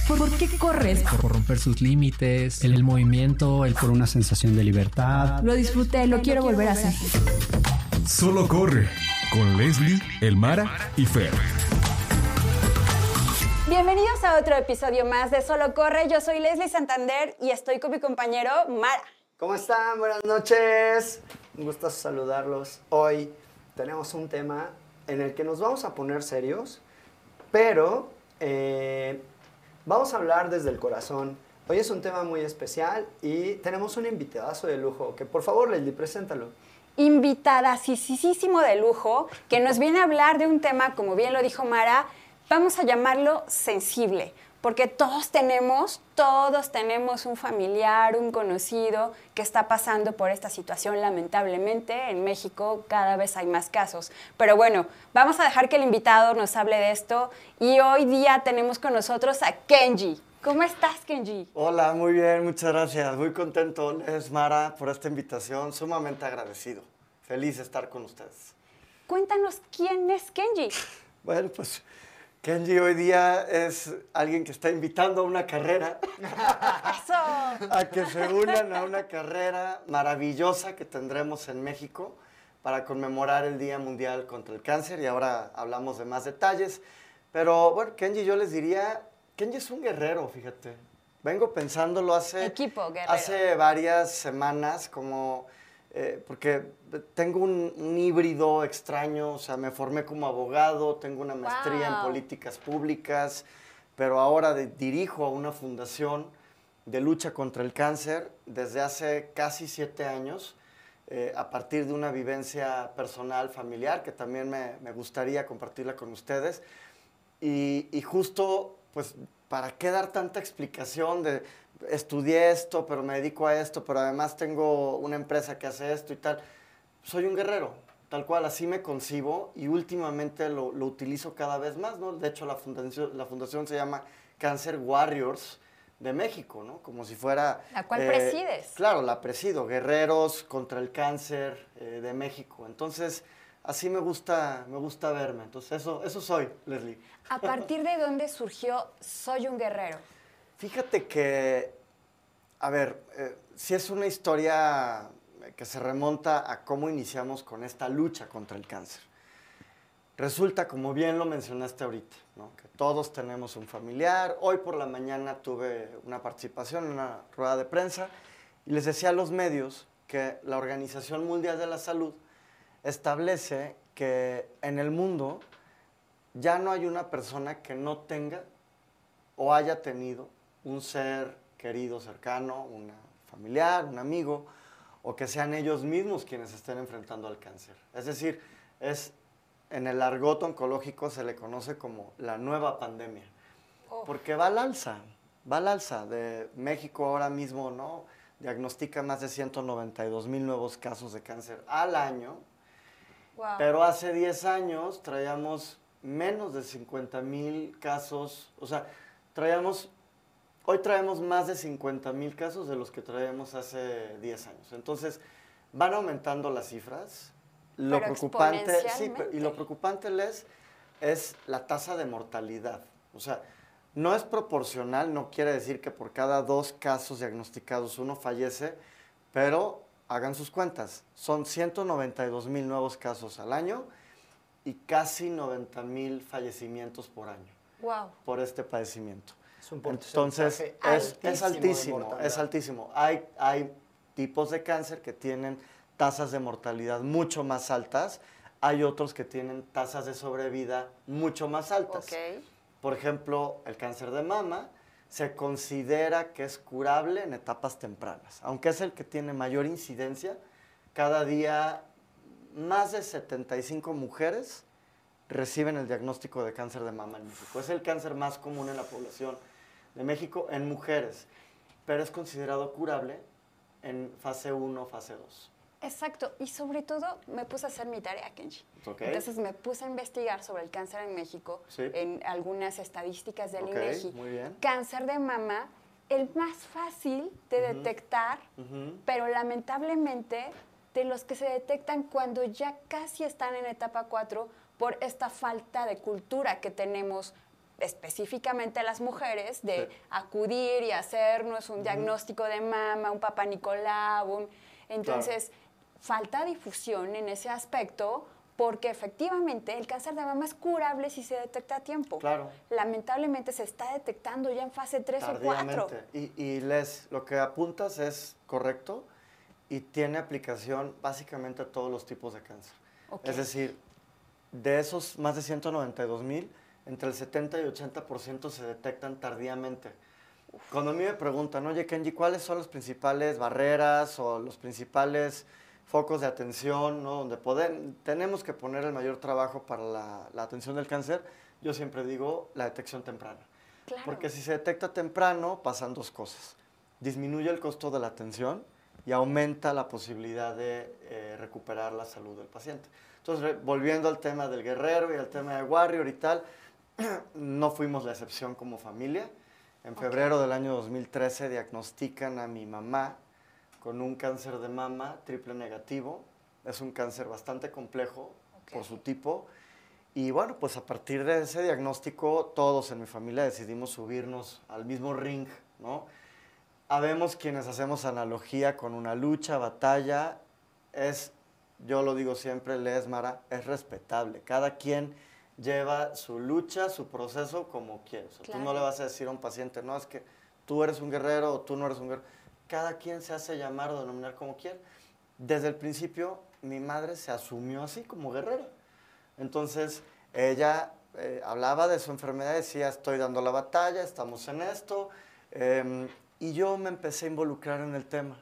¿Por qué corres? Por romper sus límites, el movimiento, por una sensación de libertad. Lo disfruté, lo quiero volver a hacer. Solo corre, con Leslie, Elmara y Fer. Bienvenidos a otro episodio más de Solo Corre. Yo soy Leslie Santander y estoy con mi compañero Mara. ¿Cómo están? Buenas noches. Un gusto saludarlos. Hoy tenemos un tema en el que nos vamos a poner serios, pero vamos a hablar desde el corazón. Hoy es un tema muy especial y tenemos un invitadazo de lujo, que por favor, Leslie, preséntalo. Invitadasísimo de lujo, que nos viene a hablar de un tema, como bien lo dijo Mara, vamos a llamarlo sensible, porque todos tenemos un familiar, un conocido que está pasando por esta situación. Lamentablemente, en México cada vez hay más casos. Pero bueno, vamos a dejar que el invitado nos hable de esto y hoy día tenemos con nosotros a Kenji. ¿Cómo estás, Kenji? Hola, muy bien, muchas gracias. Muy contento, Les, Mara, por esta invitación. Sumamente agradecido. Feliz de estar con ustedes. Cuéntanos quién es Kenji. Bueno, pues Kenji hoy día es alguien que está invitando a una carrera. ¡Eso! A que se unan a una carrera maravillosa que tendremos en México para conmemorar el Día Mundial contra el Cáncer. Y ahora hablamos de más detalles. Pero bueno, Kenji, yo les diría, Kenji es un guerrero, fíjate. Vengo pensándolo hace varias semanas, como porque tengo un híbrido extraño, o sea, me formé como abogado, tengo una maestría en políticas públicas, pero ahora dirijo a una fundación de lucha contra el cáncer desde hace casi 7 años, a partir de una vivencia personal, familiar, que también me gustaría compartirla con ustedes. Y justo, pues, ¿para qué dar tanta explicación de estudié esto, pero me dedico a esto, pero además tengo una empresa que hace esto y tal? Soy un guerrero, tal cual, así me concibo y últimamente lo utilizo cada vez más, ¿no? De hecho, la fundación se llama Cancer Warriors de México, ¿no? Como si fuera... ¿La cual presides? Claro, la presido, Guerreros contra el Cáncer de México. Entonces, así me gusta verme. Entonces, eso soy, Leslie. ¿A partir de dónde surgió Soy un Guerrero? Fíjate que, a ver, sí es una historia que se remonta a cómo iniciamos con esta lucha contra el cáncer. Resulta, como bien lo mencionaste ahorita, ¿no? Que todos tenemos un familiar. Hoy por la mañana tuve una participación en una rueda de prensa y les decía a los medios que la Organización Mundial de la Salud establece que en el mundo ya no hay una persona que no tenga o haya tenido un ser querido cercano, un familiar, un amigo, o que sean ellos mismos quienes estén enfrentando al cáncer. Es decir, en el argot oncológico se le conoce como la nueva pandemia, porque va al alza. De México ahora mismo, ¿no? Diagnostica más de 192,000 nuevos casos de cáncer al año, pero hace 10 años traíamos menos de 50,000 casos, o sea, hoy traemos más de 50,000 casos de los que traíamos hace 10 años. Entonces, van aumentando las cifras. Lo preocupante, y lo preocupante, es la tasa de mortalidad. O sea, no es proporcional, no quiere decir que por cada 2 casos diagnosticados uno fallece, pero hagan sus cuentas. Son 192,000 nuevos casos al año y casi 90,000 fallecimientos por año por este padecimiento. Entonces, es altísimo. Hay tipos de cáncer que tienen tasas de mortalidad mucho más altas, hay otros que tienen tasas de sobrevida mucho más altas. Por ejemplo, el cáncer de mama se considera que es curable en etapas tempranas, aunque es el que tiene mayor incidencia. Cada día más de 75 mujeres reciben el diagnóstico de cáncer de mama en México. Es el cáncer más común en la población de México en mujeres, pero es considerado curable en fase 1, fase 2. Exacto, y sobre todo me puse a hacer mi tarea, Kenji. Entonces me puse a investigar sobre el cáncer en México, en algunas estadísticas del INEGI. Muy bien. Cáncer de mama, el más fácil de detectar, pero lamentablemente de los que se detectan cuando ya casi están en etapa 4 por esta falta de cultura que tenemos específicamente a las mujeres, de Sí. acudir y hacernos un diagnóstico de mama, un Papá Nicolau, entonces falta difusión en ese aspecto, porque efectivamente el cáncer de mama es curable si se detecta a tiempo. Claro. Lamentablemente se está detectando ya en fase 3 o 4. Tardíamente. Y Les, lo que apuntas es correcto y tiene aplicación básicamente a todos los tipos de cáncer. Ok. Es decir, de esos más de 192,000, entre el 70 y 80% se detectan tardíamente. Cuando a mí me preguntan, oye, Kenji, ¿cuáles son las principales barreras o los principales focos de atención, ¿no? Donde tenemos que poner el mayor trabajo para la atención del cáncer? Yo siempre digo la detección temprana. Claro. Porque si se detecta temprano, pasan dos cosas. Disminuye el costo de la atención y aumenta la posibilidad de recuperar la salud del paciente. Entonces, volviendo al tema del guerrero y al tema de Warrior y tal, no fuimos la excepción como familia. En febrero del año 2013 diagnostican a mi mamá con un cáncer de mama triple negativo. Es un cáncer bastante complejo por su tipo. Y bueno, pues a partir de ese diagnóstico, todos en mi familia decidimos subirnos al mismo ring, ¿no? Habemos quienes hacemos analogía con una lucha, batalla. Yo lo digo siempre, Mara, es respetable. Cada quien lleva su lucha, su proceso como quiere. O sea, Claro. Tú no le vas a decir a un paciente, no, es que tú eres un guerrero o tú no eres un guerrero. Cada quien se hace llamar o denominar como quiere. Desde el principio, mi madre se asumió así, como guerrera. Entonces, ella hablaba de su enfermedad, decía, estoy dando la batalla, estamos en esto. Y yo me empecé a involucrar en el tema.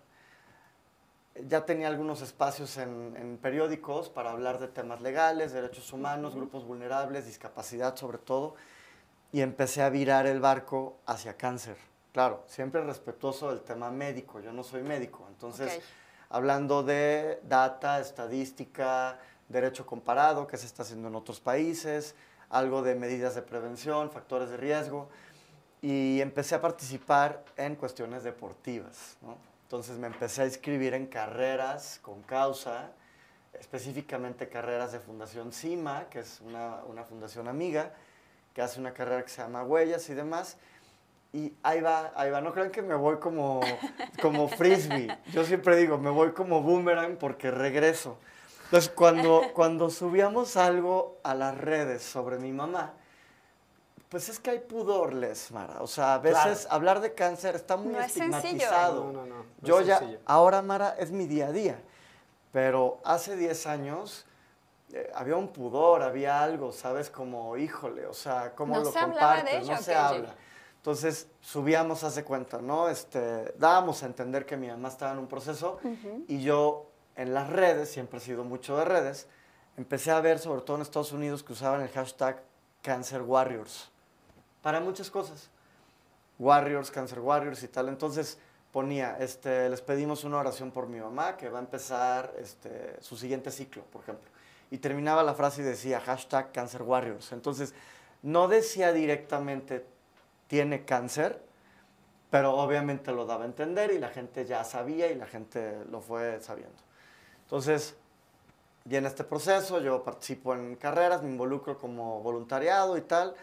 Ya tenía algunos espacios en periódicos para hablar de temas legales, derechos humanos, grupos vulnerables, discapacidad sobre todo, y empecé a virar el barco hacia cáncer. Claro, siempre respetuoso del tema médico, yo no soy médico, entonces hablando de data, estadística, derecho comparado, que se está haciendo en otros países, algo de medidas de prevención, factores de riesgo, y empecé a participar en cuestiones deportivas, ¿no? Entonces me empecé a inscribir en carreras con causa, específicamente carreras de Fundación CIMA, que es una fundación amiga, que hace una carrera que se llama Huellas y demás. Y ahí va, no crean que me voy como frisbee. Yo siempre digo, me voy como boomerang porque regreso. Entonces, cuando subíamos algo a las redes sobre mi mamá, pues es que hay pudor, Mara. O sea, a veces hablar de cáncer está muy No es estigmatizado. sencillo. No Yo es ya, sencillo. ahora, Mara, es mi día a día. Pero hace 10 años había un pudor, había algo, ¿sabes? Como, híjole, o sea, ¿cómo No lo se hablaba de compartes? ello, No se Kenji. habla. Entonces, subíamos, haz de cuenta, ¿no? Dábamos a entender que mi mamá estaba en un proceso y yo en las redes, siempre he sido mucho de redes, empecé a ver, sobre todo en Estados Unidos, que usaban el hashtag Cancer Warriors para muchas cosas. Warriors, Cancer Warriors y tal. Entonces ponía, les pedimos una oración por mi mamá, que va a empezar su siguiente ciclo, por ejemplo. Y terminaba la frase y decía hashtag Cancer Warriors. Entonces, no decía directamente tiene cáncer, pero obviamente lo daba a entender y la gente ya sabía y la gente lo fue sabiendo. Entonces, y en este proceso yo participo en carreras, me involucro como voluntariado y tal.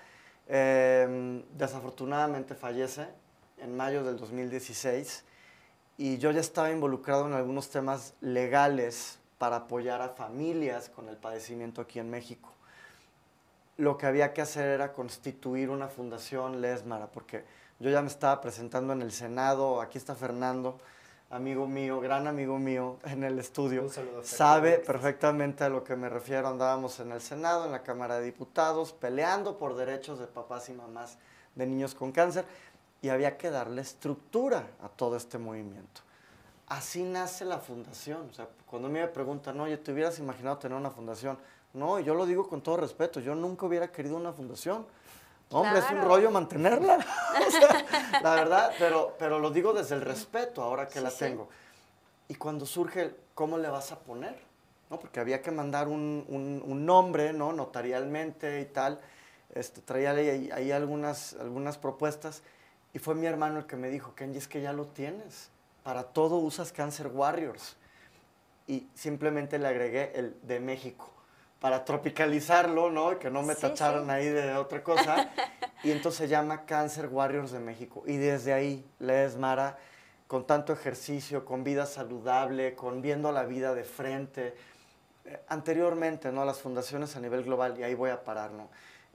Desafortunadamente fallece en mayo del 2016 y yo ya estaba involucrado en algunos temas legales para apoyar a familias con el padecimiento aquí en México. Lo que había que hacer era constituir una fundación Mara, porque yo ya me estaba presentando en el Senado. Aquí está Fernando, amigo mío, gran amigo mío en el estudio. Un saludo, Sabe Fernando. perfectamente a lo que me refiero. Andábamos en el Senado, en la Cámara de Diputados, peleando por derechos de papás y mamás de niños con cáncer, y había que darle estructura a todo este movimiento. Así nace la fundación. O sea, cuando a mí me preguntan, oye, ¿te hubieras imaginado tener una fundación? No, yo lo digo con todo respeto, yo nunca hubiera querido una fundación. Hombre, es un Claro. rollo mantenerla, o sea, la verdad, pero lo digo desde el respeto ahora que la tengo. Y cuando surge, ¿cómo le vas a poner? ¿No? Porque había que mandar un nombre, ¿no? Notarialmente y tal. Traía ahí algunas propuestas y fue mi hermano el que me dijo, Kenji, es que ya lo tienes, para todo usas Cancer Warriors. Y simplemente le agregué el de México, para tropicalizarlo, ¿no? Y que no me Sí, tacharan sí. ahí de otra cosa. Y entonces se llama Cancer Warriors de México. Y desde ahí, lees, Mara, con tanto ejercicio, con vida saludable, con viendo la vida de frente. Anteriormente, ¿no? Las fundaciones a nivel global, y ahí voy a parar, ¿no?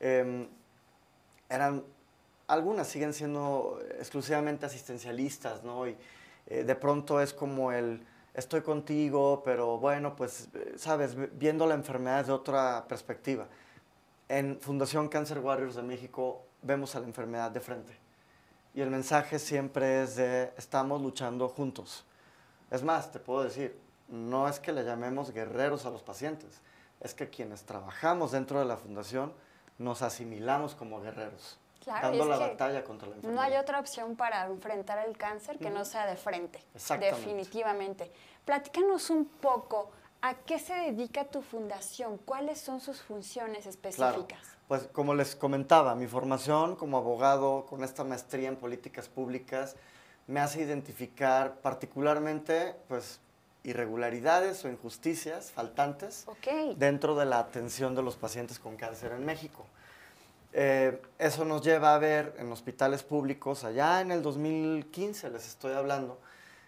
Algunas siguen siendo exclusivamente asistencialistas, ¿no? Y de pronto es como estoy contigo, pero bueno, pues, sabes, viendo la enfermedad desde otra perspectiva. En Fundación Cancer Warriors de México vemos a la enfermedad de frente. Y el mensaje siempre es de estamos luchando juntos. Es más, te puedo decir, no es que le llamemos guerreros a los pacientes, es que quienes trabajamos dentro de la fundación nos asimilamos como guerreros, Claro, y dando es la que batalla contra la no enfermedad. hay otra opción para enfrentar el cáncer que no sea de frente. Exactamente. Definitivamente. Platícanos un poco, ¿a qué se dedica tu fundación? ¿Cuáles son sus funciones específicas? Claro, pues como les comentaba, mi formación como abogado con esta maestría en políticas públicas me hace identificar particularmente pues, irregularidades o injusticias faltantes Ok. dentro de la atención de los pacientes con cáncer en México. Eso nos lleva a ver en hospitales públicos, allá en el 2015 les estoy hablando,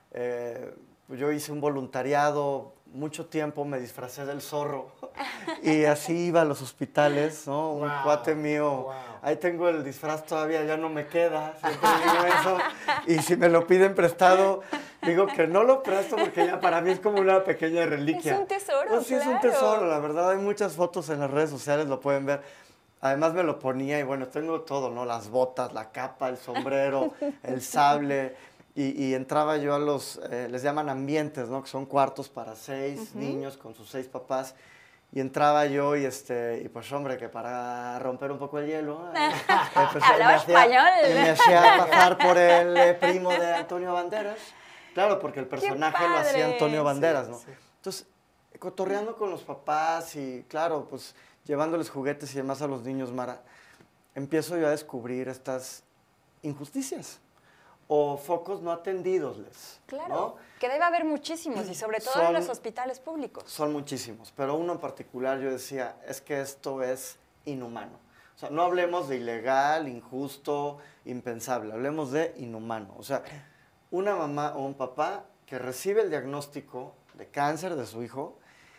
yo hice un voluntariado, mucho tiempo me disfracé del zorro y así iba a los hospitales, ¿no? Un cuate mío, ahí tengo el disfraz todavía, ya no me queda, siempre digo eso, y si me lo piden prestado, digo que no lo presto porque ya para mí es como una pequeña reliquia. Es un tesoro, No, sí, es un claro. tesoro, la verdad, hay muchas fotos en las redes sociales, lo pueden ver. Además me lo ponía y bueno, tengo todo, ¿no? Las botas, la capa, el sombrero, el sable. Y entraba yo a los, les llaman ambientes, ¿no? Que son cuartos para 6 niños con sus 6 papás. Y entraba yo y pues hombre, que para romper un poco el hielo, pues, Hablaba español. me hacía pasar por el primo de Antonio Banderas. Claro, porque el personaje lo hacía padre! Antonio Banderas, Sí, ¿no? sí. Entonces, cotorreando con los papás y claro, pues llevándoles juguetes y demás a los niños, Mara, empiezo yo a descubrir estas injusticias o focos no atendidos, Claro, ¿no? que debe haber muchísimos y sobre todo en los hospitales públicos. Son muchísimos, pero uno en particular yo decía, es que esto es inhumano. O sea, no hablemos de ilegal, injusto, impensable, hablemos de inhumano. O sea, una mamá o un papá que recibe el diagnóstico de cáncer de su hijo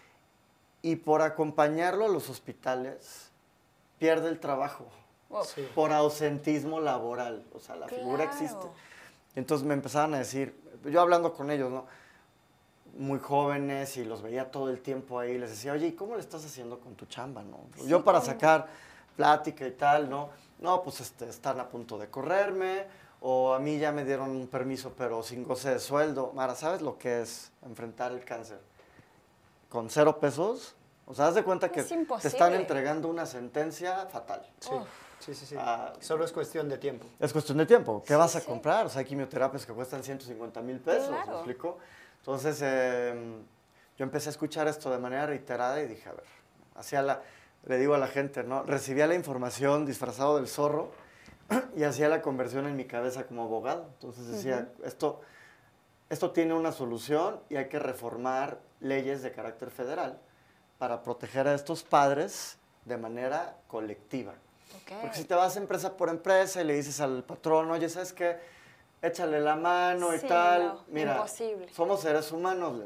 y por acompañarlo a los hospitales pierde el trabajo Wow. Sí. por ausentismo laboral. O sea, la figura Claro. existe. Entonces me empezaban a decir, yo hablando con ellos, ¿no? Muy jóvenes y los veía todo el tiempo ahí, les decía, oye, ¿y cómo le estás haciendo con tu chamba, no? Sí, Yo para ¿cómo? sacar plática y tal, ¿no? No, pues están a punto de correrme, o a mí ya me dieron un permiso, pero sin goce de sueldo. Mara, ¿sabes lo que es enfrentar el cáncer? ¿Con 0 pesos? O sea, haz de cuenta que Es te imposible. están entregando una sentencia fatal. Sí, Uf. sí, sí, sí. Ah, Solo es cuestión de tiempo. Es cuestión de tiempo. ¿Qué Sí, vas a sí. comprar? O sea, hay quimioterapias que cuestan 150,000 pesos, Claro. ¿me explico? Entonces, yo empecé a escuchar esto de manera reiterada y dije, a ver, le digo a la gente, ¿no? Recibía la información disfrazado del zorro y hacía la conversión en mi cabeza como abogado. Entonces decía, esto tiene una solución y hay que reformar leyes de carácter federal para proteger a estos padres de manera colectiva. Ok. Porque si te vas empresa por empresa y le dices al patrón, oye, ¿sabes qué? Échale la mano y Sí, tal. no, Mira, imposible. somos seres humanos,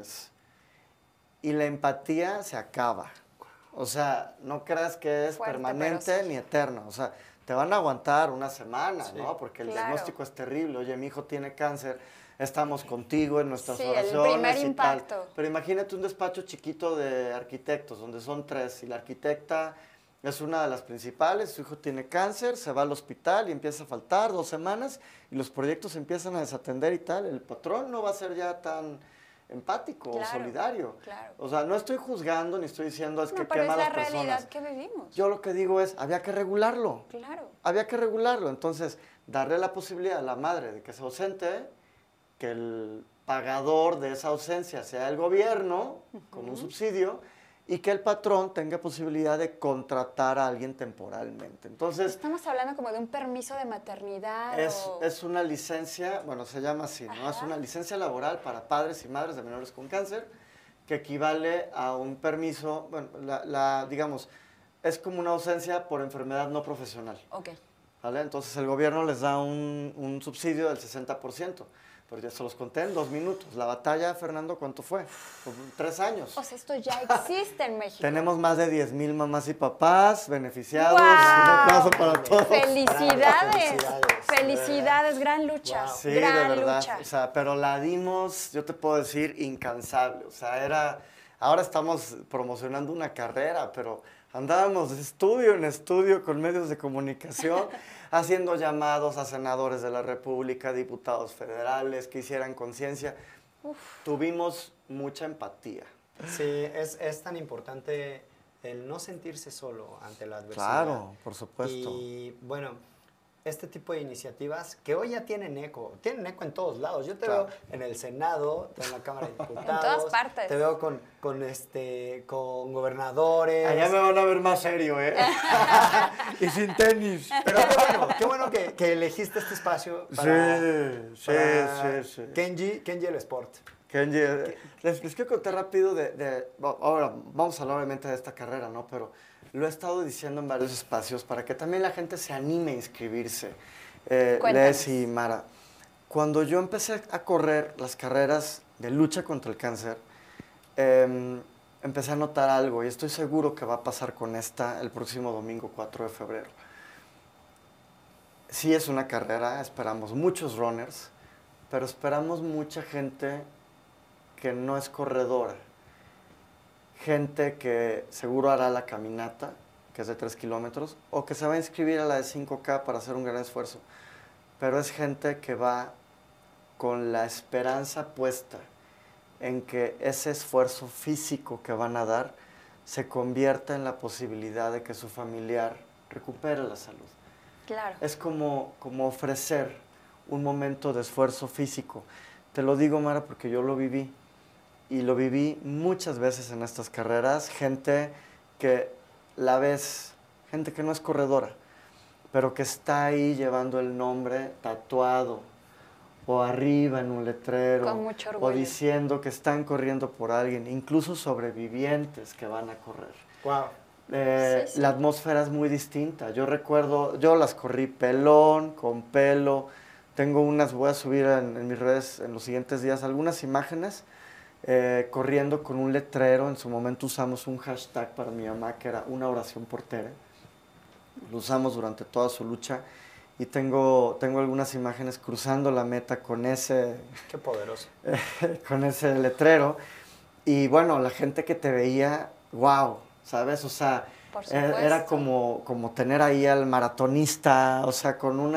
y la empatía se acaba. O sea, no creas que es Fuerte, permanente pero sí. ni eterna. O sea, te van a aguantar una semana, Sí. ¿no? Porque el Claro. diagnóstico es terrible. Oye, mi hijo tiene cáncer, estamos contigo en nuestras Sí, el oraciones primer y impacto. tal. Pero imagínate un despacho chiquito de arquitectos, donde son 3, y la arquitecta es una de las principales, su hijo tiene cáncer, se va al hospital y empieza a faltar 2 semanas, y los proyectos empiezan a desatender y tal. El patrón no va a ser ya tan empático o Claro, solidario. claro. O sea, no estoy juzgando ni estoy diciendo es No, que pero quema es a la las personas. realidad que vivimos. Yo lo que digo es, había que regularlo. Claro. Había que regularlo. Entonces, darle la posibilidad a la madre de que se ausente, que el pagador de esa ausencia sea el gobierno, con un subsidio, y que el patrón tenga posibilidad de contratar a alguien temporalmente. Entonces, Estamos hablando como de un permiso de maternidad o... es una licencia, bueno, se llama así, ¿no? Es una licencia laboral para padres y madres de menores con cáncer que equivale a un permiso, bueno, digamos, es como una ausencia por enfermedad no profesional. Ok. ¿Vale? Entonces el gobierno les da un subsidio del 60%, pero ya se los conté en 2 minutos. La batalla, Fernando, ¿cuánto fue? 3 años. O sea, esto ya existe en México. Tenemos más de 10,000 mamás y papás beneficiados. ¡Guau! Un aplauso para todos. ¡Felicidades! ¡Felicidades! Gran lucha. Sí, gran de verdad. lucha. O sea, pero la dimos, yo te puedo decir, incansable. O sea, ahora estamos promocionando una carrera, pero andábamos de estudio en estudio con medios de comunicación, haciendo llamados a senadores de la República, diputados federales que hicieran conciencia. Tuvimos mucha empatía. Sí, es tan importante el no sentirse solo ante la adversidad. Claro, por supuesto. Y bueno, este tipo de iniciativas que hoy ya tienen eco en todos lados. Yo te Claro. veo en el Senado, en la Cámara de Diputados. En todas partes. Te veo con gobernadores. Allá me van a ver más serio, ¿eh? Y sin tenis. Pero qué bueno que elegiste este espacio para, Sí. Kenji el Sport. Kenji, les quiero contar rápido ahora vamos a hablar obviamente de esta carrera, ¿no? Pero lo he estado diciendo en varios espacios para que también la gente se anime a inscribirse. Cuéntanos. Les y Mara, cuando yo empecé a correr las carreras de lucha contra el cáncer, empecé a notar algo y estoy seguro que va a pasar con esta el próximo domingo 4 de febrero. Sí es una carrera, esperamos muchos runners, pero esperamos mucha gente que no es corredora. Gente que seguro hará la caminata, que es de 3 kilómetros, o que se va a inscribir a la de 5K para hacer un gran esfuerzo. Pero es gente que va con la esperanza puesta en que ese esfuerzo físico que van a dar se convierta en la posibilidad de que su familiar recupere la salud. Claro. Es como ofrecer un momento de esfuerzo físico. Te lo digo, Mara, porque yo lo viví. Y lo viví muchas veces en estas carreras. Gente que la ves, gente que no es corredora, pero que está ahí llevando el nombre tatuado o arriba en un letrero. Con mucho orgullo. O diciendo que están corriendo por alguien. Incluso sobrevivientes que van a correr. Wow. Sí. La atmósfera es muy distinta. Yo recuerdo, yo las corrí pelón, con pelo. Tengo unas, voy a subir en mis redes en los siguientes días algunas imágenes corriendo con un letrero. En su momento usamos un hashtag para mi mamá que era una oración por Tere. Lo usamos durante toda su lucha y tengo algunas imágenes cruzando la meta con ese... Qué poderoso. con ese letrero. Y bueno, la gente que te veía, wow, ¿sabes? O sea, Por supuesto. era como tener ahí al maratonista, o sea, con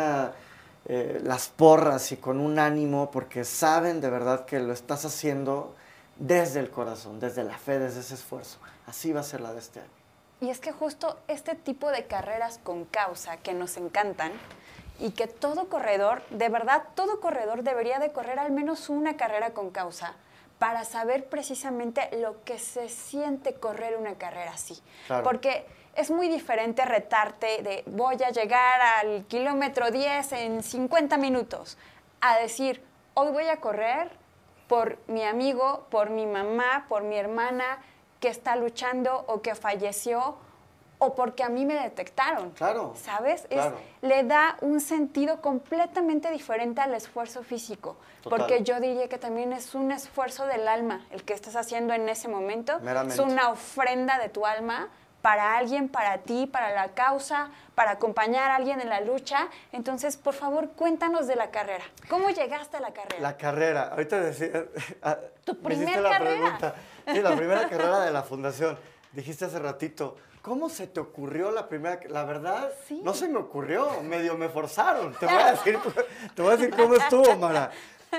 las porras y con un ánimo, porque saben de verdad que lo estás haciendo desde el corazón, desde la fe, desde ese esfuerzo. Así va a ser la de este año. Y es que justo este tipo de carreras con causa que nos encantan y que todo corredor, de verdad, todo corredor debería de correr al menos una carrera con causa para saber precisamente lo que se siente correr una carrera así. Claro. Porque es muy diferente retarte de voy a llegar al kilómetro 10 en 50 minutos a decir hoy voy a correr por mi amigo, por mi mamá, por mi hermana que está luchando o que falleció o porque a mí me detectaron. Claro. ¿Sabes? Claro. Le da un sentido completamente diferente al esfuerzo físico. Total. Porque yo diría que también es un esfuerzo del alma el que estás haciendo en ese momento. Meramente. Es una ofrenda de tu alma para alguien, para ti, para la causa, para acompañar a alguien en la lucha. Entonces, por favor, cuéntanos de la carrera. ¿Cómo llegaste a la carrera? La carrera, ahorita decía... ¿Tu me primer hiciste la carrera? pregunta. Sí, la primera carrera de la fundación. Dijiste hace ratito, ¿cómo se te ocurrió la primera? La verdad, Sí. no se me ocurrió, medio me forzaron. Te voy a decir cómo estuvo, Mara.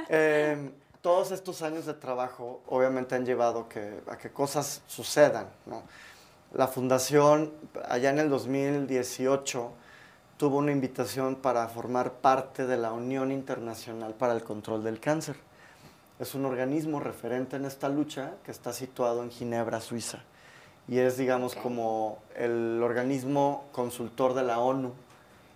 Todos estos años de trabajo obviamente han llevado a que cosas sucedan, ¿no? La fundación, allá en el 2018, tuvo una invitación para formar parte de la Unión Internacional para el Control del Cáncer. Es un organismo referente en esta lucha que está situado en Ginebra, Suiza. Y es, digamos, como el organismo consultor de la ONU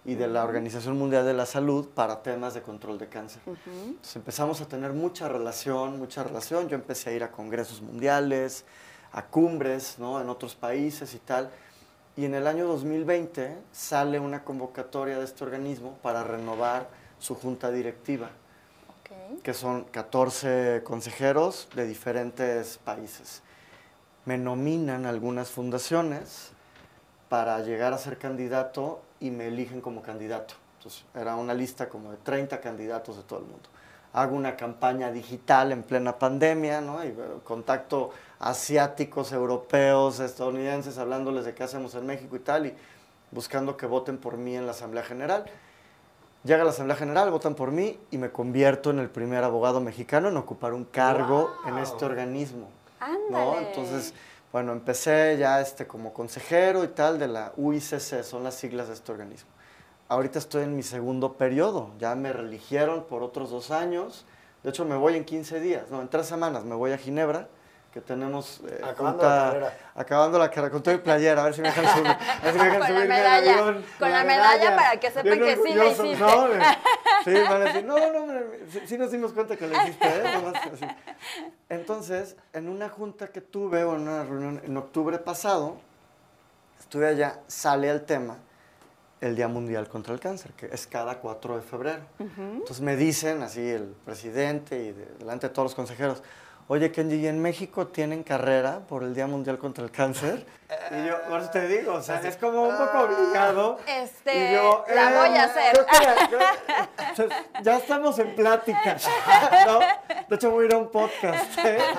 y de la Organización Mundial de la Salud para temas de control de cáncer. Entonces empezamos a tener mucha relación. Yo empecé a ir a congresos mundiales, a cumbres, ¿no? En otros países y tal. Y en el año 2020 sale una convocatoria de este organismo para renovar su junta directiva, que son 14 consejeros de diferentes países. Me nominan algunas fundaciones para llegar a ser candidato y me eligen como candidato. Entonces, era una lista como de 30 candidatos de todo el mundo. Hago una campaña digital en plena pandemia, ¿no? Y contacto asiáticos, europeos, estadounidenses, hablándoles de qué hacemos en México y tal, y buscando que voten por mí en la Asamblea General. Llega la Asamblea General, votan por mí y me convierto en el primer abogado mexicano en ocupar un cargo en este organismo. ¿No? Entonces, bueno, empecé ya como consejero y tal de la UICC, son las siglas de este organismo. Ahorita estoy en mi segundo periodo, ya me reeligieron por otros 2 años. De hecho, me voy en 15 días, no, en 3 semanas me voy a Ginebra, que tenemos acabando la carrera, con todo el playera, a ver si me dejan subir. Con la medalla, con la medalla para que sepan que sí la hiciste. No, sí, van a decir, no, sí nos dimos cuenta que la hiciste, ¿eh? Nomás así. Entonces, en una junta que tuve, o en una reunión en octubre pasado, estuve allá, sale el tema el Día Mundial contra el Cáncer, que es cada 4 de febrero. Entonces me dicen, así el presidente y delante de todos los consejeros, oye, Kenji, ¿y en México tienen carrera por el Día Mundial contra el Cáncer? Y yo, por eso te digo, o sea, es como un poco obligado. Y yo, la voy a hacer. Ya estamos en plática, ¿no? De hecho, voy a ir a un podcast,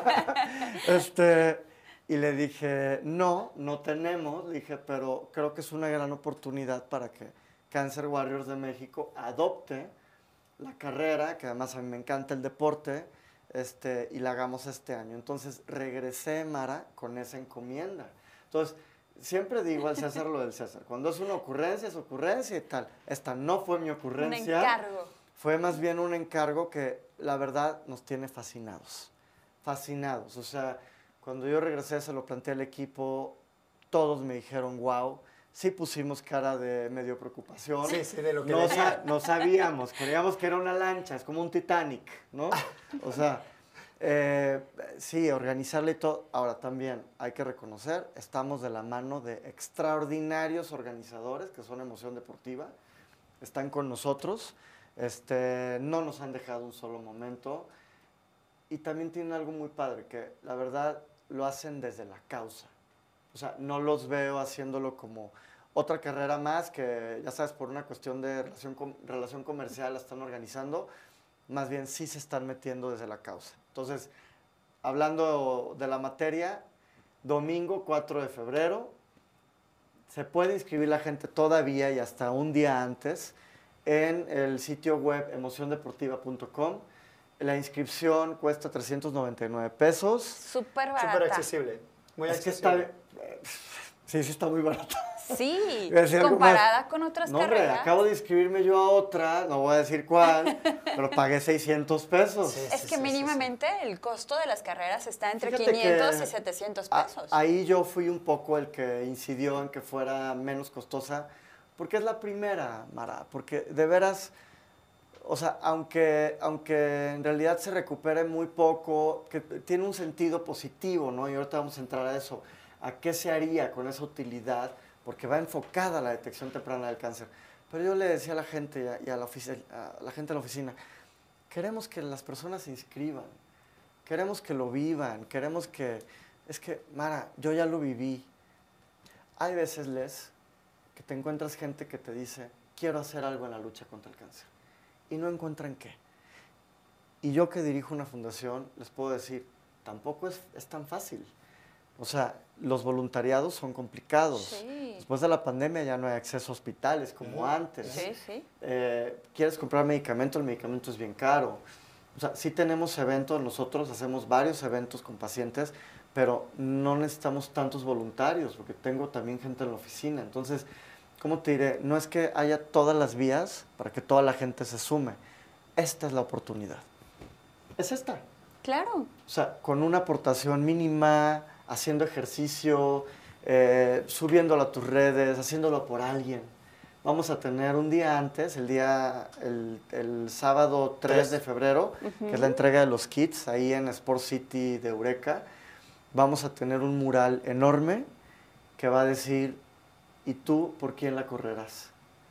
y le dije, no tenemos. Le dije, pero creo que es una gran oportunidad para que Cancer Warriors de México adopte la carrera, que además a mí me encanta el deporte, y la hagamos este año. Entonces regresé, Mara, con esa encomienda. Entonces, siempre digo al César lo del César. Cuando es una ocurrencia, es ocurrencia y tal. Esta no fue mi ocurrencia. Un encargo. Fue más bien un encargo que, la verdad, nos tiene fascinados. Fascinados. O sea, cuando yo regresé, se lo planteé al equipo, todos me dijeron, wow. Sí pusimos cara de medio preocupación. Sí, de lo que no sabíamos, creíamos que era una lancha, es como un Titanic, ¿no? O sea, sí, organizarle todo. Ahora también hay que reconocer, estamos de la mano de extraordinarios organizadores que son Emoción Deportiva, están con nosotros, no nos han dejado un solo momento y también tienen algo muy padre, que la verdad lo hacen desde la causa. O sea, no los veo haciéndolo como otra carrera más que, ya sabes, por una cuestión de relación comercial la están organizando. Más bien sí se están metiendo desde la causa. Entonces, hablando de la materia, domingo 4 de febrero, se puede inscribir la gente todavía y hasta un día antes en el sitio web emociondeportiva.com. La inscripción cuesta 399 pesos. Súper barata. Súper accesible. Muy accesible. Sí está muy barato. Sí, comparada con otras carreras. Hombre, acabo de inscribirme yo a otra, no voy a decir cuál, pero pagué 600 pesos. Es que mínimamente el costo de las carreras está entre 500 y 700 pesos. Ahí yo fui un poco el que incidió en que fuera menos costosa, porque es la primera, Mara, porque de veras, o sea, aunque en realidad se recupere muy poco, que tiene un sentido positivo, ¿no? Y ahorita vamos a entrar a eso. ¿A qué se haría con esa utilidad? Porque va enfocada a la detección temprana del cáncer. Pero yo le decía a la gente y a la gente en la oficina, queremos que las personas se inscriban, queremos que lo vivan, queremos que... Es que, Mara, yo ya lo viví. Hay veces, Les, que te encuentras gente que te dice, quiero hacer algo en la lucha contra el cáncer, y no encuentran qué. Y yo que dirijo una fundación, les puedo decir, tampoco es tan fácil. O sea, los voluntariados son complicados. Sí. Después de la pandemia ya no hay acceso a hospitales como antes. Sí. ¿Quieres comprar medicamento? El medicamento es bien caro. O sea, sí tenemos eventos, nosotros hacemos varios eventos con pacientes, pero no necesitamos tantos voluntarios, porque tengo también gente en la oficina. Entonces, ¿cómo te diré? No es que haya todas las vías para que toda la gente se sume. Esta es la oportunidad. Es esta. Claro. O sea, con una aportación mínima, haciendo ejercicio, subiéndolo a tus redes, haciéndolo por alguien. vamos a tener un día antes, el sábado 3 de febrero, que es la entrega de los kits, ahí en Sport City de Eureka. Vamos a tener un mural enorme que va a decir, ¿y tú por quién la correrás?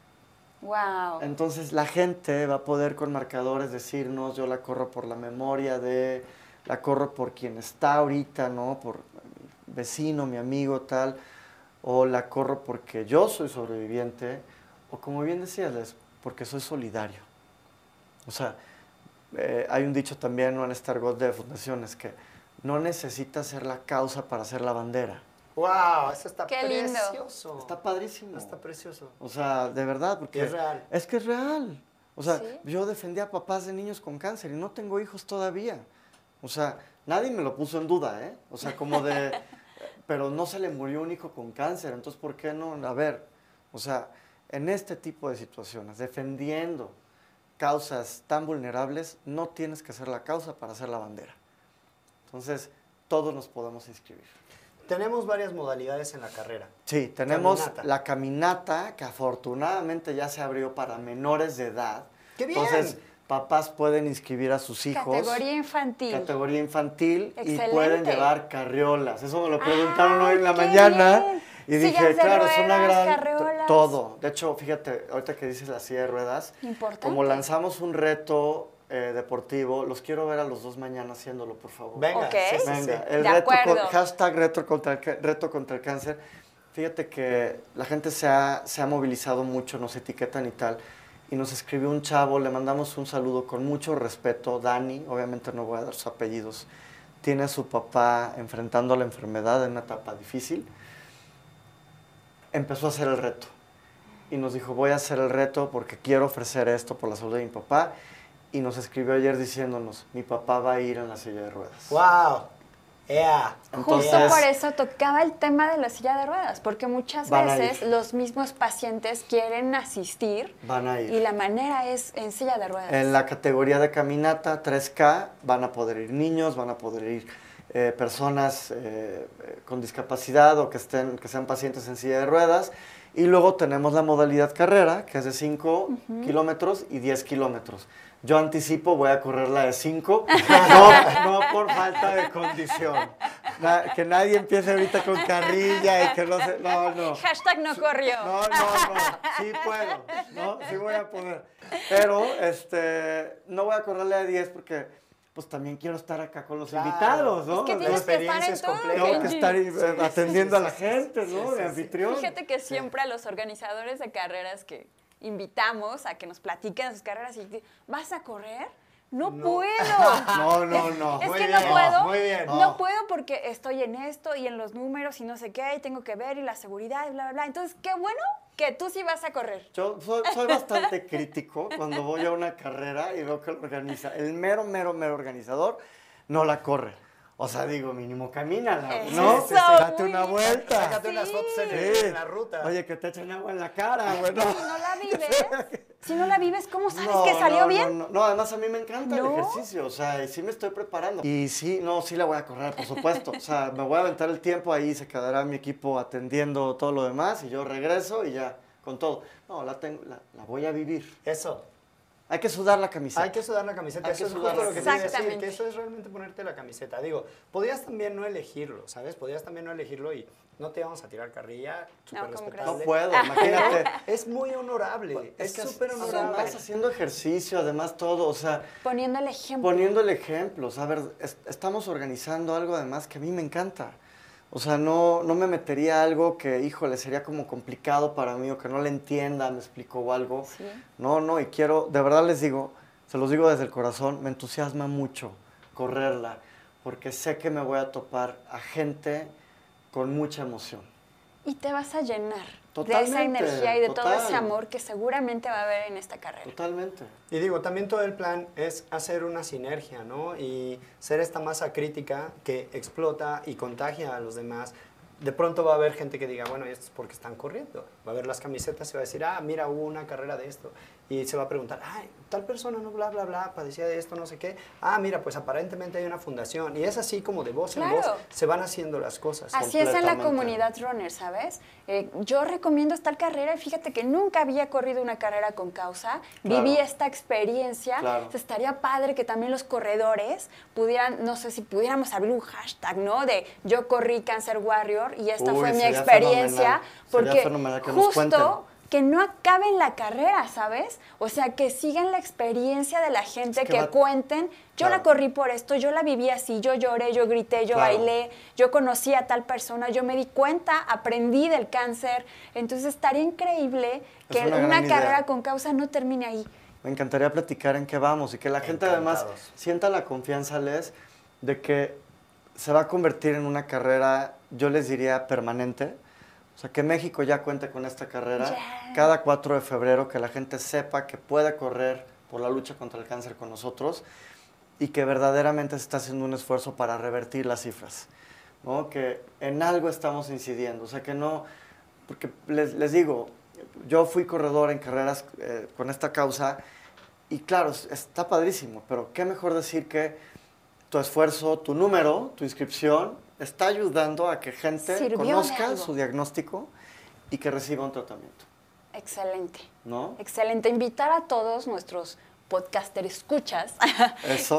Wow. Entonces la gente va a poder con marcadores decirnos, yo la corro por la memoria de, la corro por quien está ahorita, ¿no? Por mi vecino, mi amigo, tal, o la corro porque yo soy sobreviviente, o como bien decías, Les, porque soy solidario. O sea, hay un dicho también, ¿no? En este argot de fundaciones, que no necesitas ser la causa para ser la bandera. ¡Wow! Eso está Qué lindo. precioso. Está padrísimo. Está precioso. O sea, de verdad, porque Es real. es que es real. O sea, Sí. yo defendía a papás de niños con cáncer y no tengo hijos todavía. O sea, nadie me lo puso en duda, ¿eh? O sea, como de, pero no se le murió un hijo con cáncer, entonces ¿por qué no? A ver, o sea, en este tipo de situaciones, defendiendo causas tan vulnerables, no tienes que ser la causa para ser la bandera. Entonces, todos nos podemos inscribir. Tenemos varias modalidades en la carrera. Sí, tenemos Caminata. la caminata, que afortunadamente ya se abrió para menores de edad. ¡Qué bien! Entonces, papás pueden inscribir a sus hijos. Categoría infantil. Categoría infantil. Excelente. Y pueden llevar carriolas. Eso me lo preguntaron hoy en la ¡Ay, qué mañana. bien! Y dije, Sillas de claro, es una ruedas, gran... carriolas. Todo. De hecho, fíjate, ahorita que dices la silla de ruedas, Importante. como lanzamos un reto deportivo, los quiero ver a los dos mañana haciéndolo, por favor. Venga, Ok. sí, sí, sí. Venga, el De reto acuerdo. hashtag reto contra el cáncer. Fíjate que la gente se ha movilizado mucho, nos etiquetan y tal. Y nos escribió un chavo, le mandamos un saludo con mucho respeto. Dani, obviamente no voy a dar sus apellidos, tiene a su papá enfrentando la enfermedad en una etapa difícil. Empezó a hacer el reto. Y nos dijo, voy a hacer el reto porque quiero ofrecer esto por la salud de mi papá. Y nos escribió ayer diciéndonos, mi papá va a ir en la silla de ruedas. ¡Wow! ¡Ea! Justo por eso tocaba el tema de la silla de ruedas, porque muchas Van a veces ir. los mismos pacientes quieren asistir Van a ir. y la manera es en silla de ruedas. En la categoría de caminata 3K van a poder ir niños, van a poder ir personas con discapacidad o que sean pacientes en silla de ruedas. Y luego tenemos la modalidad carrera, que es de 5 kilómetros y 10 kilómetros. Yo anticipo, voy a correr la de 5, no por falta de condición. Que nadie empiece ahorita con carrilla y que no se... No. Hashtag no corrió. No, sí puedo, ¿no? Sí voy a poder. Pero, no voy a correrle a 10 porque, pues, también quiero estar acá con los Claro. invitados, ¿no? Es que tienes que estar en experiencias todo, completas. Tengo que Kenji. estar atendiendo a la gente, ¿no? De anfitrión. Fíjate que siempre a los organizadores de carreras que invitamos a que nos platiquen sus carreras y ¿vas a correr? No puedo. No. Es Muy que bien, no puedo. muy bien. No puedo porque estoy en esto y en los números y no sé qué, y tengo que ver y la seguridad y bla, bla, bla. Entonces, qué bueno que tú sí vas a correr. Yo soy bastante crítico cuando voy a una carrera y veo que lo organiza. El mero organizador no la corre. O sea, digo, mínimo camínala, ¿no? Eso, Date muy una bien. vuelta. Sácate unas fotos en la ruta. Oye, que te echen agua en la cara, güey. No. Si no la vives, ¿cómo sabes que salió bien? No, además a mí me encanta el ¿No? ejercicio, o sea, y sí me estoy preparando. Y sí la voy a correr, por supuesto. O sea, me voy a aventar el tiempo ahí, se quedará mi equipo atendiendo todo lo demás y yo regreso y ya, con todo. No, la voy a vivir. Eso. Hay que sudar la camiseta. Hay que sudar la camiseta. Hay Eso que es sudar justo la lo que te iba a decir, Exactamente. que eso es realmente ponerte la camiseta. Digo, podías también no elegirlo, ¿sabes? Podías también no elegirlo y no te íbamos a tirar carrilla, súper ¿cómo crees? respetable. No puedo, imagínate. Es muy honorable, es que súper honorable. además haciendo ejercicio, además todo, o sea, Poniendo el ejemplo. poniendo el ejemplo. O sea, a ver, estamos organizando algo además que a mí me encanta. O sea, no me metería a algo que, híjole, sería como complicado para mí o que no le entienda, me explico o algo. Sí. No, y quiero, de verdad les digo, se los digo desde el corazón, me entusiasma mucho correrla, porque sé que me voy a topar a gente con mucha emoción. Y te vas a llenar de esa Totalmente, energía y de todo total. ese amor que seguramente va a haber en esta carrera. Totalmente. Y digo, también todo el plan es hacer una sinergia, ¿no? Y ser esta masa crítica que explota y contagia a los demás. De pronto va a haber gente que diga, bueno, esto es porque están corriendo. Va a ver las camisetas y va a decir, mira, hubo una carrera de esto. y se va a preguntar, ay, tal persona, no, bla, bla, bla, padecía de esto, no sé qué. Ah, mira, pues aparentemente hay una fundación. Y es así como de voz en voz se van haciendo las cosas. Así es en la comunidad runner, ¿sabes? Yo recomiendo esta carrera y fíjate que nunca había corrido una carrera con causa. Viví esta experiencia. Estaría padre que también los corredores pudieran, no sé si pudiéramos abrir un hashtag, ¿no? De yo corrí Cancer Warrior y esta fue mi experiencia. Porque justo que no acaben la carrera, ¿sabes? O sea, que sigan la experiencia de la gente, que cuenten, yo la corrí por esto, yo la viví así, yo lloré, yo grité, yo bailé, yo conocí a tal persona, yo me di cuenta, aprendí del cáncer. Entonces estaría increíble que una carrera con causa no termine ahí. Me encantaría platicar en qué vamos y que la gente además sienta la confianza, Les, de que se va a convertir en una carrera, yo les diría, permanente. O sea, que México ya cuente con esta carrera cada 4 de febrero, que la gente sepa que puede correr por la lucha contra el cáncer con nosotros y que verdaderamente se está haciendo un esfuerzo para revertir las cifras, ¿no? Que en algo estamos incidiendo. O sea, que no, porque les digo, yo fui corredor en carreras con esta causa y claro, está padrísimo, pero qué mejor decir que tu esfuerzo, tu número, tu inscripción, está ayudando a que gente conozca su diagnóstico y que reciba un tratamiento. Excelente. ¿No? Excelente. Invitar a todos nuestros podcaster escuchas Eso,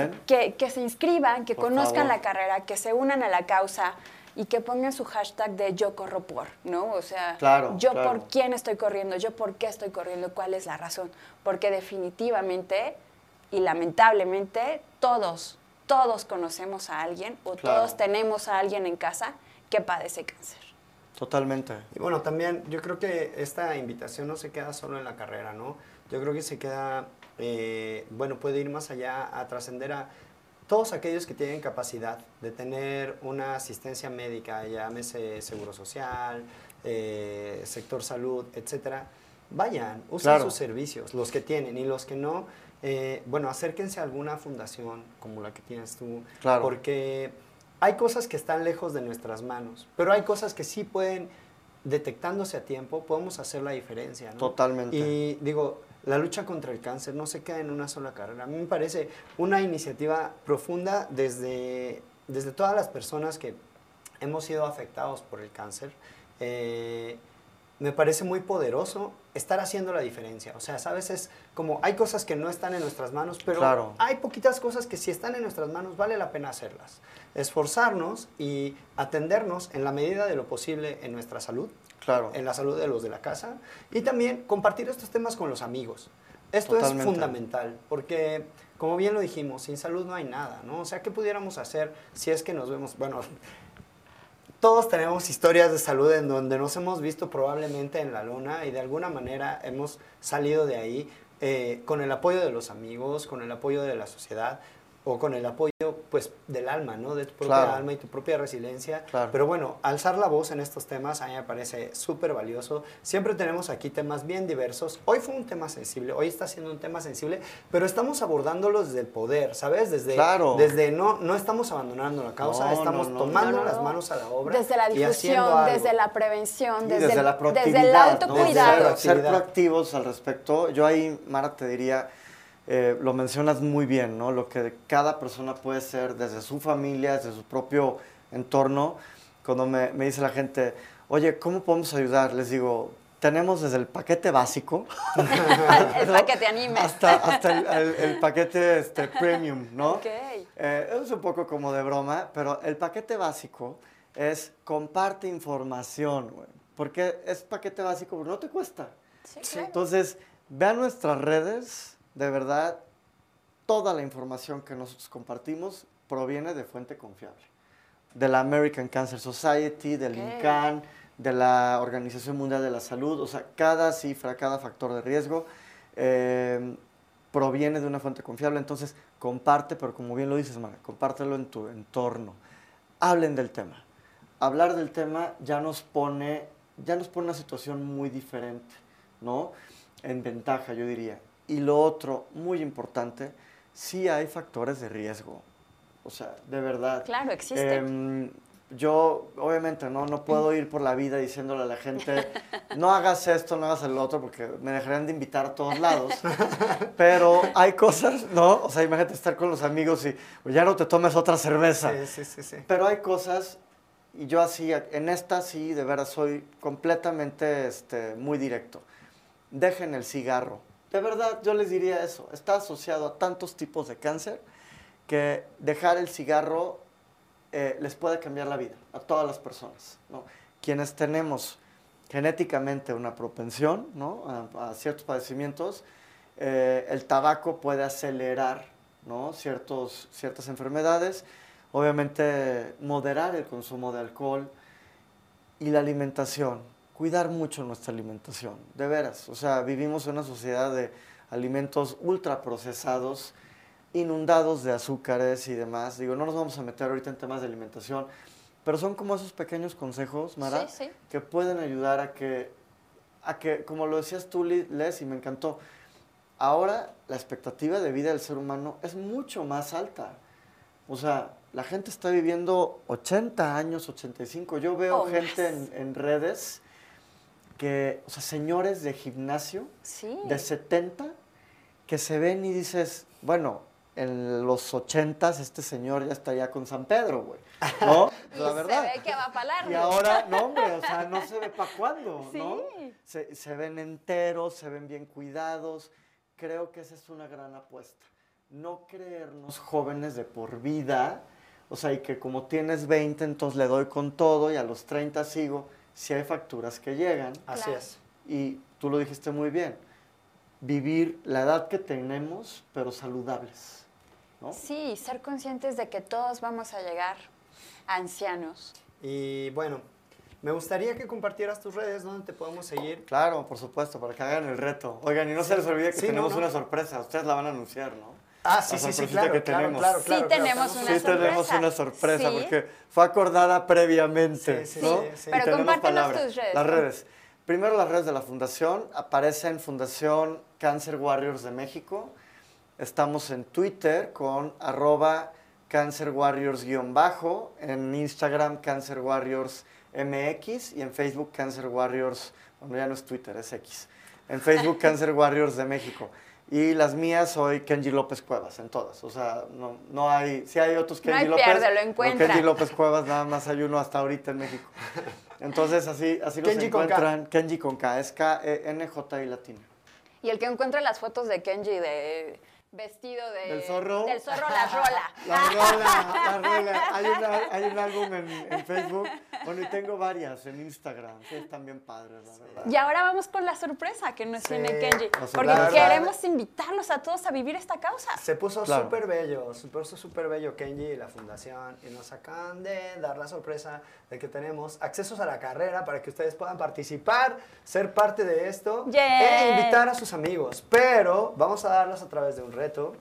que se inscriban, que conozcan la carrera, que se unan a la causa y que pongan su hashtag de yo corro por, ¿no? O sea, yo por quién estoy corriendo, yo por qué estoy corriendo, cuál es la razón. Porque definitivamente y lamentablemente todos conocemos a alguien o todos tenemos a alguien en casa que padece cáncer. Totalmente. Y bueno, también yo creo que esta invitación no se queda solo en la carrera, ¿no? Yo creo que se queda, puede ir más allá a trascender a todos aquellos que tienen capacidad de tener una asistencia médica, llámese seguro social, sector salud, etcétera. Vayan, usen sus servicios, los que tienen y los que no. Acérquense a alguna fundación como la que tienes tú, porque hay cosas que están lejos de nuestras manos, pero hay cosas que sí pueden, detectándose a tiempo, podemos hacer la diferencia, ¿no? Totalmente. Y digo, la lucha contra el cáncer no se queda en una sola carrera. A mí me parece una iniciativa profunda desde todas las personas que hemos sido afectados por el cáncer. Me parece muy poderoso estar haciendo la diferencia. O sea, ¿sabes? Es como, hay cosas que no están en nuestras manos, pero hay poquitas cosas que si están en nuestras manos vale la pena hacerlas. Esforzarnos y atendernos en la medida de lo posible en nuestra salud, en la salud de los de la casa, y también compartir estos temas con los amigos. Esto es fundamental, porque, como bien lo dijimos, sin salud no hay nada, ¿no? O sea, ¿qué pudiéramos hacer si es que nos vemos? Bueno, todos tenemos historias de salud en donde nos hemos visto probablemente en la lona y de alguna manera hemos salido de ahí con el apoyo de los amigos, con el apoyo de la sociedad o con el apoyo pues del alma, ¿no? De tu propia alma y tu propia resiliencia. Pero bueno, alzar la voz en estos temas a mí me parece súper valioso. Siempre tenemos aquí temas bien diversos. Hoy fue un tema sensible, hoy está siendo un tema sensible, pero estamos abordándolo desde el poder, ¿sabes? Desde no estamos abandonando la causa, estamos tomando las manos a la obra. Desde la difusión, desde la prevención, desde la proactividad, desde el autocuidado. Ser proactivos al respecto. Yo ahí, Mara, te diría, lo mencionas muy bien, ¿no? Lo que cada persona puede ser desde su familia, desde su propio entorno. Cuando me dice la gente, oye, ¿cómo podemos ayudar? Les digo, tenemos desde el paquete básico. El paquete anime. Hasta el paquete premium, ¿no? Okay. Es un poco como de broma, pero el paquete básico es comparte información, güey. Porque es paquete básico, pero no te cuesta. Sí, claro. Entonces, vean nuestras redes. De verdad, toda la información que nosotros compartimos proviene de fuente confiable. De la American Cancer Society, del INCAN, de la Organización Mundial de la Salud. O sea, cada cifra, cada factor de riesgo proviene de una fuente confiable. Entonces, comparte, pero como bien lo dices, Mara, compártelo en tu entorno. Hablen del tema. Hablar del tema ya nos pone en una situación muy diferente, ¿no? En ventaja, yo diría. Y lo otro, muy importante, sí hay factores de riesgo. O sea, de verdad. Claro, existen. yo obviamente no puedo ir por la vida diciéndole a la gente, no hagas esto, no hagas el otro, porque me dejarían de invitar a todos lados. Pero hay cosas, ¿no? O sea, imagínate estar con los amigos y pues, ya no te tomes otra cerveza. Sí. Pero hay cosas, y yo así, en esta sí, de veras, soy completamente muy directo. Dejen el cigarro. De verdad, yo les diría eso. Está asociado a tantos tipos de cáncer que dejar el cigarro les puede cambiar la vida a todas las personas, ¿no? Quienes tenemos genéticamente una propensión, ¿no? a ciertos padecimientos, el tabaco puede acelerar, ¿no? ciertas enfermedades, obviamente moderar el consumo de alcohol y la alimentación, cuidar mucho nuestra alimentación, de veras. O sea, vivimos en una sociedad de alimentos ultraprocesados, inundados de azúcares y demás. Digo, no nos vamos a meter ahorita en temas de alimentación, pero son como esos pequeños consejos, Mara, Sí. que pueden ayudar a que, como lo decías tú, Les, y me encantó, ahora la expectativa de vida del ser humano es mucho más alta. O sea, la gente está viviendo 80 años, 85. Yo veo gente en redes que, o sea, señores de gimnasio de 70 que se ven y dices, bueno, en los 80s este señor ya estaría con San Pedro, güey, ¿no? La verdad. Se ve que va para largo. Y ahora, no, hombre, o sea, no se ve para cuándo, ¿no? Sí. Se ven enteros, se ven bien cuidados. Creo que esa es una gran apuesta. No creernos jóvenes de por vida, o sea, y que como tienes 20, entonces le doy con todo y a los 30 sigo. Si hay facturas que llegan. Así es. Y tú lo dijiste muy bien. Vivir la edad que tenemos, pero saludables, ¿no? Sí, ser conscientes de que todos vamos a llegar ancianos. Y bueno, me gustaría que compartieras tus redes, donde te podemos seguir. Claro, por supuesto, para que hagan el reto. Oigan, y no se les olvide que Sí, tenemos no. una sorpresa. Ustedes la van a anunciar, ¿no? Ah, sí, La sí, sí, sorpresita claro, que claro, tenemos. claro, Sí claro, tenemos claro. una Sí, tenemos sorpresa. una sorpresa, Sí. porque fue acordada previamente, Sí, ¿no? sí. Y Pero tenemos compártenos palabra. tus redes. Las redes. Primero las redes de la Fundación. Aparecen Fundación Cancer Warriors de México. Estamos en Twitter con @CancerWarriors_, en Instagram Cancer Warriors MX y en Facebook Cancer Warriors, bueno, ya no es Twitter, es X. En Facebook Cancer Warriors de México. Y las mías soy Kenji López Cuevas, en todas. O sea, no hay, sí hay otros Kenji hay López. pierde, lo pero encuentra. Kenji López Cuevas nada más hay uno hasta ahorita en México. Entonces así los Kenji con K. encuentran. Kenji con K, es K-E-N-J-I latina. Y el que encuentra las fotos de Kenji de vestido ¿Del zorro? Del zorro la rola. La rola. Hay un álbum en Facebook. Bueno, y tengo varias en Instagram. Sí, están bien padres, la verdad. Y ahora vamos con la sorpresa que nos tiene Kenji. la Porque sorpresa. queremos invitarlos a todos a vivir esta causa. Se puso Claro. súper bello, súper bello Kenji y la fundación, y nos acaban de dar la sorpresa de que tenemos accesos a la carrera para que ustedes puedan participar, ser parte de esto Yeah. e invitar a sus amigos. Pero vamos a darlos a través de un reto.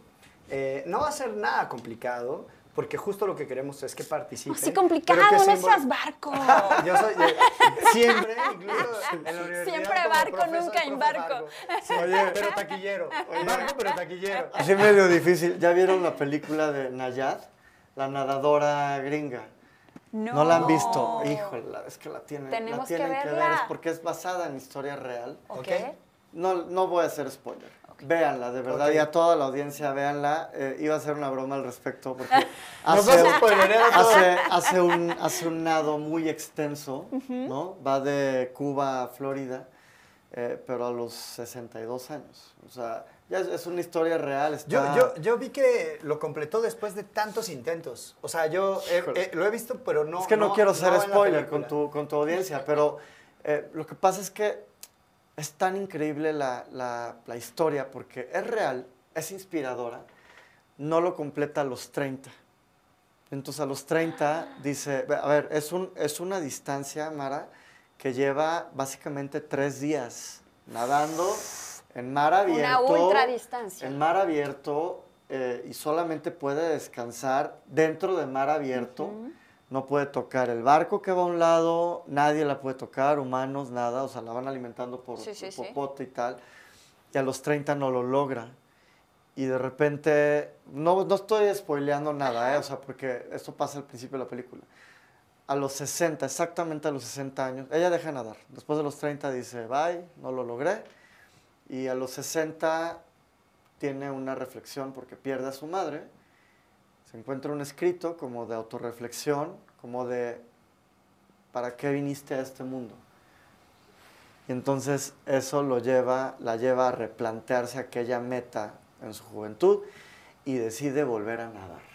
No va a ser nada complicado, porque justo lo que queremos es que participen. Así complicado, pero que no se seas barco. Yo soy siempre, incluso en la universidad. Siempre como barco, profe, nunca soy embarco. profe barco. Sí, Oye. pero taquillero. Barco, pero taquillero. Así medio difícil. ¿Ya vieron la película de Nayad? La nadadora gringa. ¿No la han visto? Híjole, es que la tienen Tenemos que que ver. verla. Es porque es basada en historia real. ¿Ok? No voy a hacer spoiler. Véanla, de verdad, Ok. y a toda la audiencia, véanla. Iba a hacer una broma al respecto porque Nos vas a spoilerear todo. hace un nado muy extenso, ¿no? Va de Cuba a Florida, pero a los 62 años. O sea, ya es una historia real. Está... Yo vi que lo completó después de tantos intentos. O sea, yo lo he visto, pero no. Es que no quiero ser en la spoiler película. con tu audiencia, pero lo que pasa es que es tan increíble la historia porque es real, es inspiradora, no lo completa a los 30. Entonces a los 30 dice, a ver, es una distancia, Mara, que lleva básicamente 3 días nadando en mar abierto. Una ultradistancia. En mar abierto y solamente puede descansar dentro de mar abierto. No puede tocar el barco que va a un lado, nadie la puede tocar, humanos, nada, o sea, la van alimentando por Sí. popote y tal. Y a los 30 no lo logra. Y de repente, no estoy spoileando nada, o sea, porque esto pasa al principio de la película. a los 60, exactamente a los 60 años, ella deja de nadar. Después de los 30 dice, bye, no lo logré. Y a los 60 tiene una reflexión porque pierde a su madre. Se encuentra un escrito como de autorreflexión, como de, ¿para qué viniste a este mundo? Y entonces eso la lleva a replantearse aquella meta en su juventud y decide volver a nadar.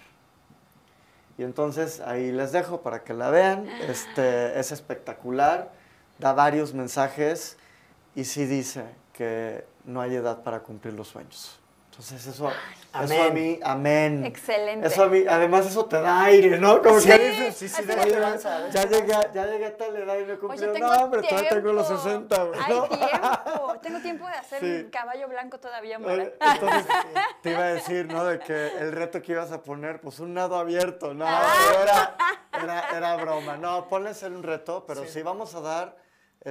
Y entonces ahí les dejo para que la vean. Es espectacular, da varios mensajes y sí dice que no hay edad para cumplir los sueños. Entonces eso a mí, amén. Excelente. Eso a mí, además eso te da aire, ¿no? Como Sí, que dices, sí, sí, de oye, esperanza. ya llegué a tal edad y me cumplí. Oye, tengo No, hombre, todavía tiempo. tengo los 60, güey. Hay ¿no? tiempo. Tengo tiempo de hacer Sí. un caballo blanco todavía, Oye, Mara. entonces te iba a decir, ¿no? De que el reto que ibas a poner, pues un nado abierto. No, era broma. No, ponles un reto, pero sí vamos a dar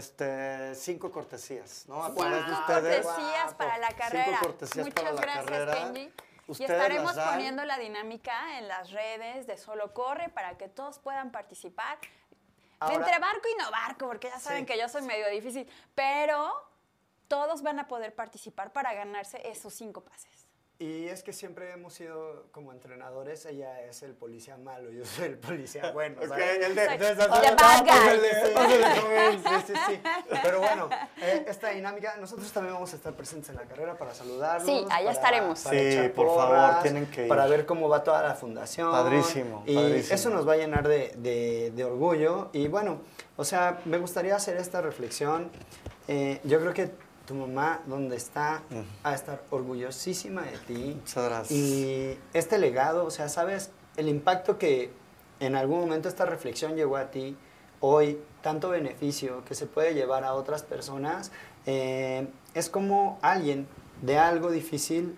5 cortesías, ¿no? A través de 5 ustedes. cortesías para la carrera. 5 cortesías Muchas para la gracias, carrera. Kenji. Y Ustedes estaremos las dan. poniendo la dinámica en las redes de Solo Corre para que todos puedan participar. Ahora- Entre barco y no barco, porque ya saben que yo soy medio difícil, pero todos van a poder participar para ganarse esos 5 pases. Y es que siempre hemos sido como entrenadores, ella es el policía malo, yo soy el policía bueno, Ok, ¿sabes? el de... Soy- de- the bad guy. Sí. Pero bueno, esta dinámica, nosotros también vamos a estar presentes en la carrera para saludarlos. Sí, allá estaremos. Para Sí, echar por favor, porras, tienen que ir. Para ver cómo va toda la fundación. Padrísimo, Y padrísimo. eso nos va a llenar de orgullo. Y bueno, o sea, me gustaría hacer esta reflexión. Yo creo que tu mamá, donde está, va a estar orgullosísima de ti. Muchas gracias. Y este legado, o sea, ¿sabes? El impacto que en algún momento esta reflexión llegó a ti, hoy, tanto beneficio que se puede llevar a otras personas, es como alguien de algo difícil,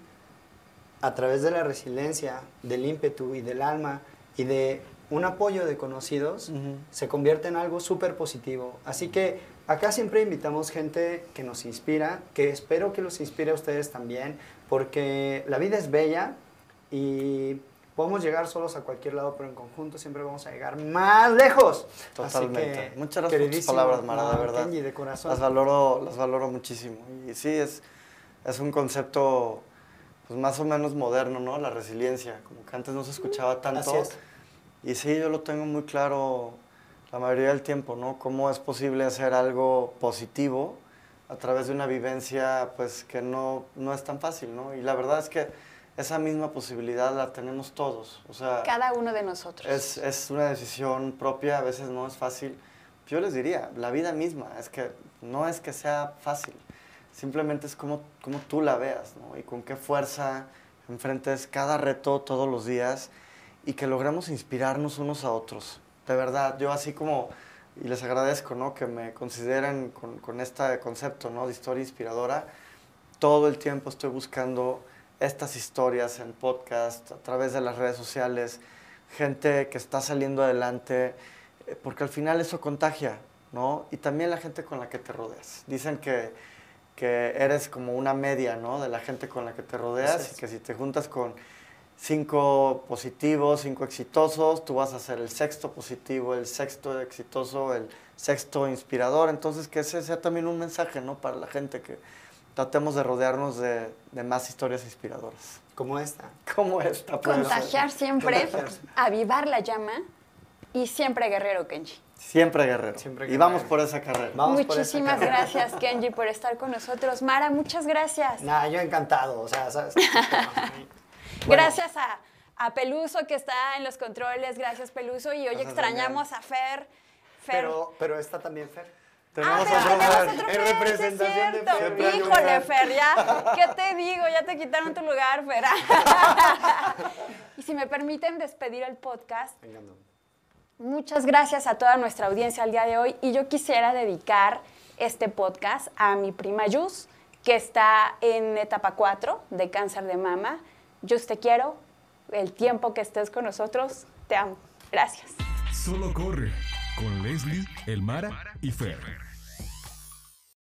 a través de la resiliencia, del ímpetu y del alma y de un apoyo de conocidos, se convierte en algo súper positivo. Así que acá siempre invitamos gente que nos inspira, que espero que los inspire a ustedes también, porque la vida es bella y podemos llegar solos a cualquier lado, pero en conjunto siempre vamos a llegar más lejos. Totalmente. Así que, Muchas gracias por tus queridísimo, palabras, Mara, de verdad. Kenji, de corazón. Las valoro muchísimo. Y sí, es un concepto pues, más o menos moderno, ¿no? La resiliencia, como que antes no se escuchaba tanto. Así es. Y sí, yo lo tengo muy claro la mayoría del tiempo, ¿no? Cómo es posible hacer algo positivo a través de una vivencia, pues, que no es tan fácil, ¿no? Y la verdad es que esa misma posibilidad la tenemos todos. O sea, Cada uno de nosotros. es una decisión propia, a veces no es fácil. Yo les diría, la vida misma, es que no es que sea fácil, simplemente es como tú la veas, ¿no? Y con qué fuerza enfrentes cada reto todos los días y que logremos inspirarnos unos a otros. De verdad, yo así como, y les agradezco, ¿no? Que me consideren con este concepto, ¿no? De historia inspiradora. Todo el tiempo estoy buscando estas historias en podcast, a través de las redes sociales, gente que está saliendo adelante, porque al final eso contagia, ¿no? Y también la gente con la que te rodeas. Dicen que eres como una media, ¿no? De la gente con la que te rodeas y que si te juntas con 5 positivos, 5 exitosos, tú vas a ser el 6º positivo, el 6º exitoso, el 6º inspirador. Entonces, que ese sea también un mensaje, ¿no? Para la gente, que tratemos de rodearnos de más historias inspiradoras. Como esta. Como esta. pues. Contagiar siempre, Contagiarse. avivar la llama y siempre guerrero, Kenji. Siempre guerrero. Siempre Y guerrero. vamos por esa carrera. Vamos por esa Muchísimas carrera. gracias, Kenji, por estar con nosotros. Mara, muchas gracias. Nah, yo encantado, o sea, ¿sabes? Gracias a Peluso, que está en los controles. Gracias, Peluso. Y hoy Gracias, extrañamos a Fer. Fer. Pero está también Fer. Tenemos Fer, otro tenemos Fer. otro En Fer, sí es representación de cierto. Fer. Siempre hay un Híjole, Fer. Fer, ya. ¿Qué te digo? Ya te quitaron tu lugar, Fer. Y si me permiten despedir el podcast, Me encantó. muchas gracias a toda nuestra audiencia al día de hoy. Y yo quisiera dedicar este podcast a mi prima Yus, que está en etapa 4 de cáncer de mama. Yus, te quiero. El tiempo que estés con nosotros, te amo. Gracias. Solo corre con Leslie, El Mara y Fer.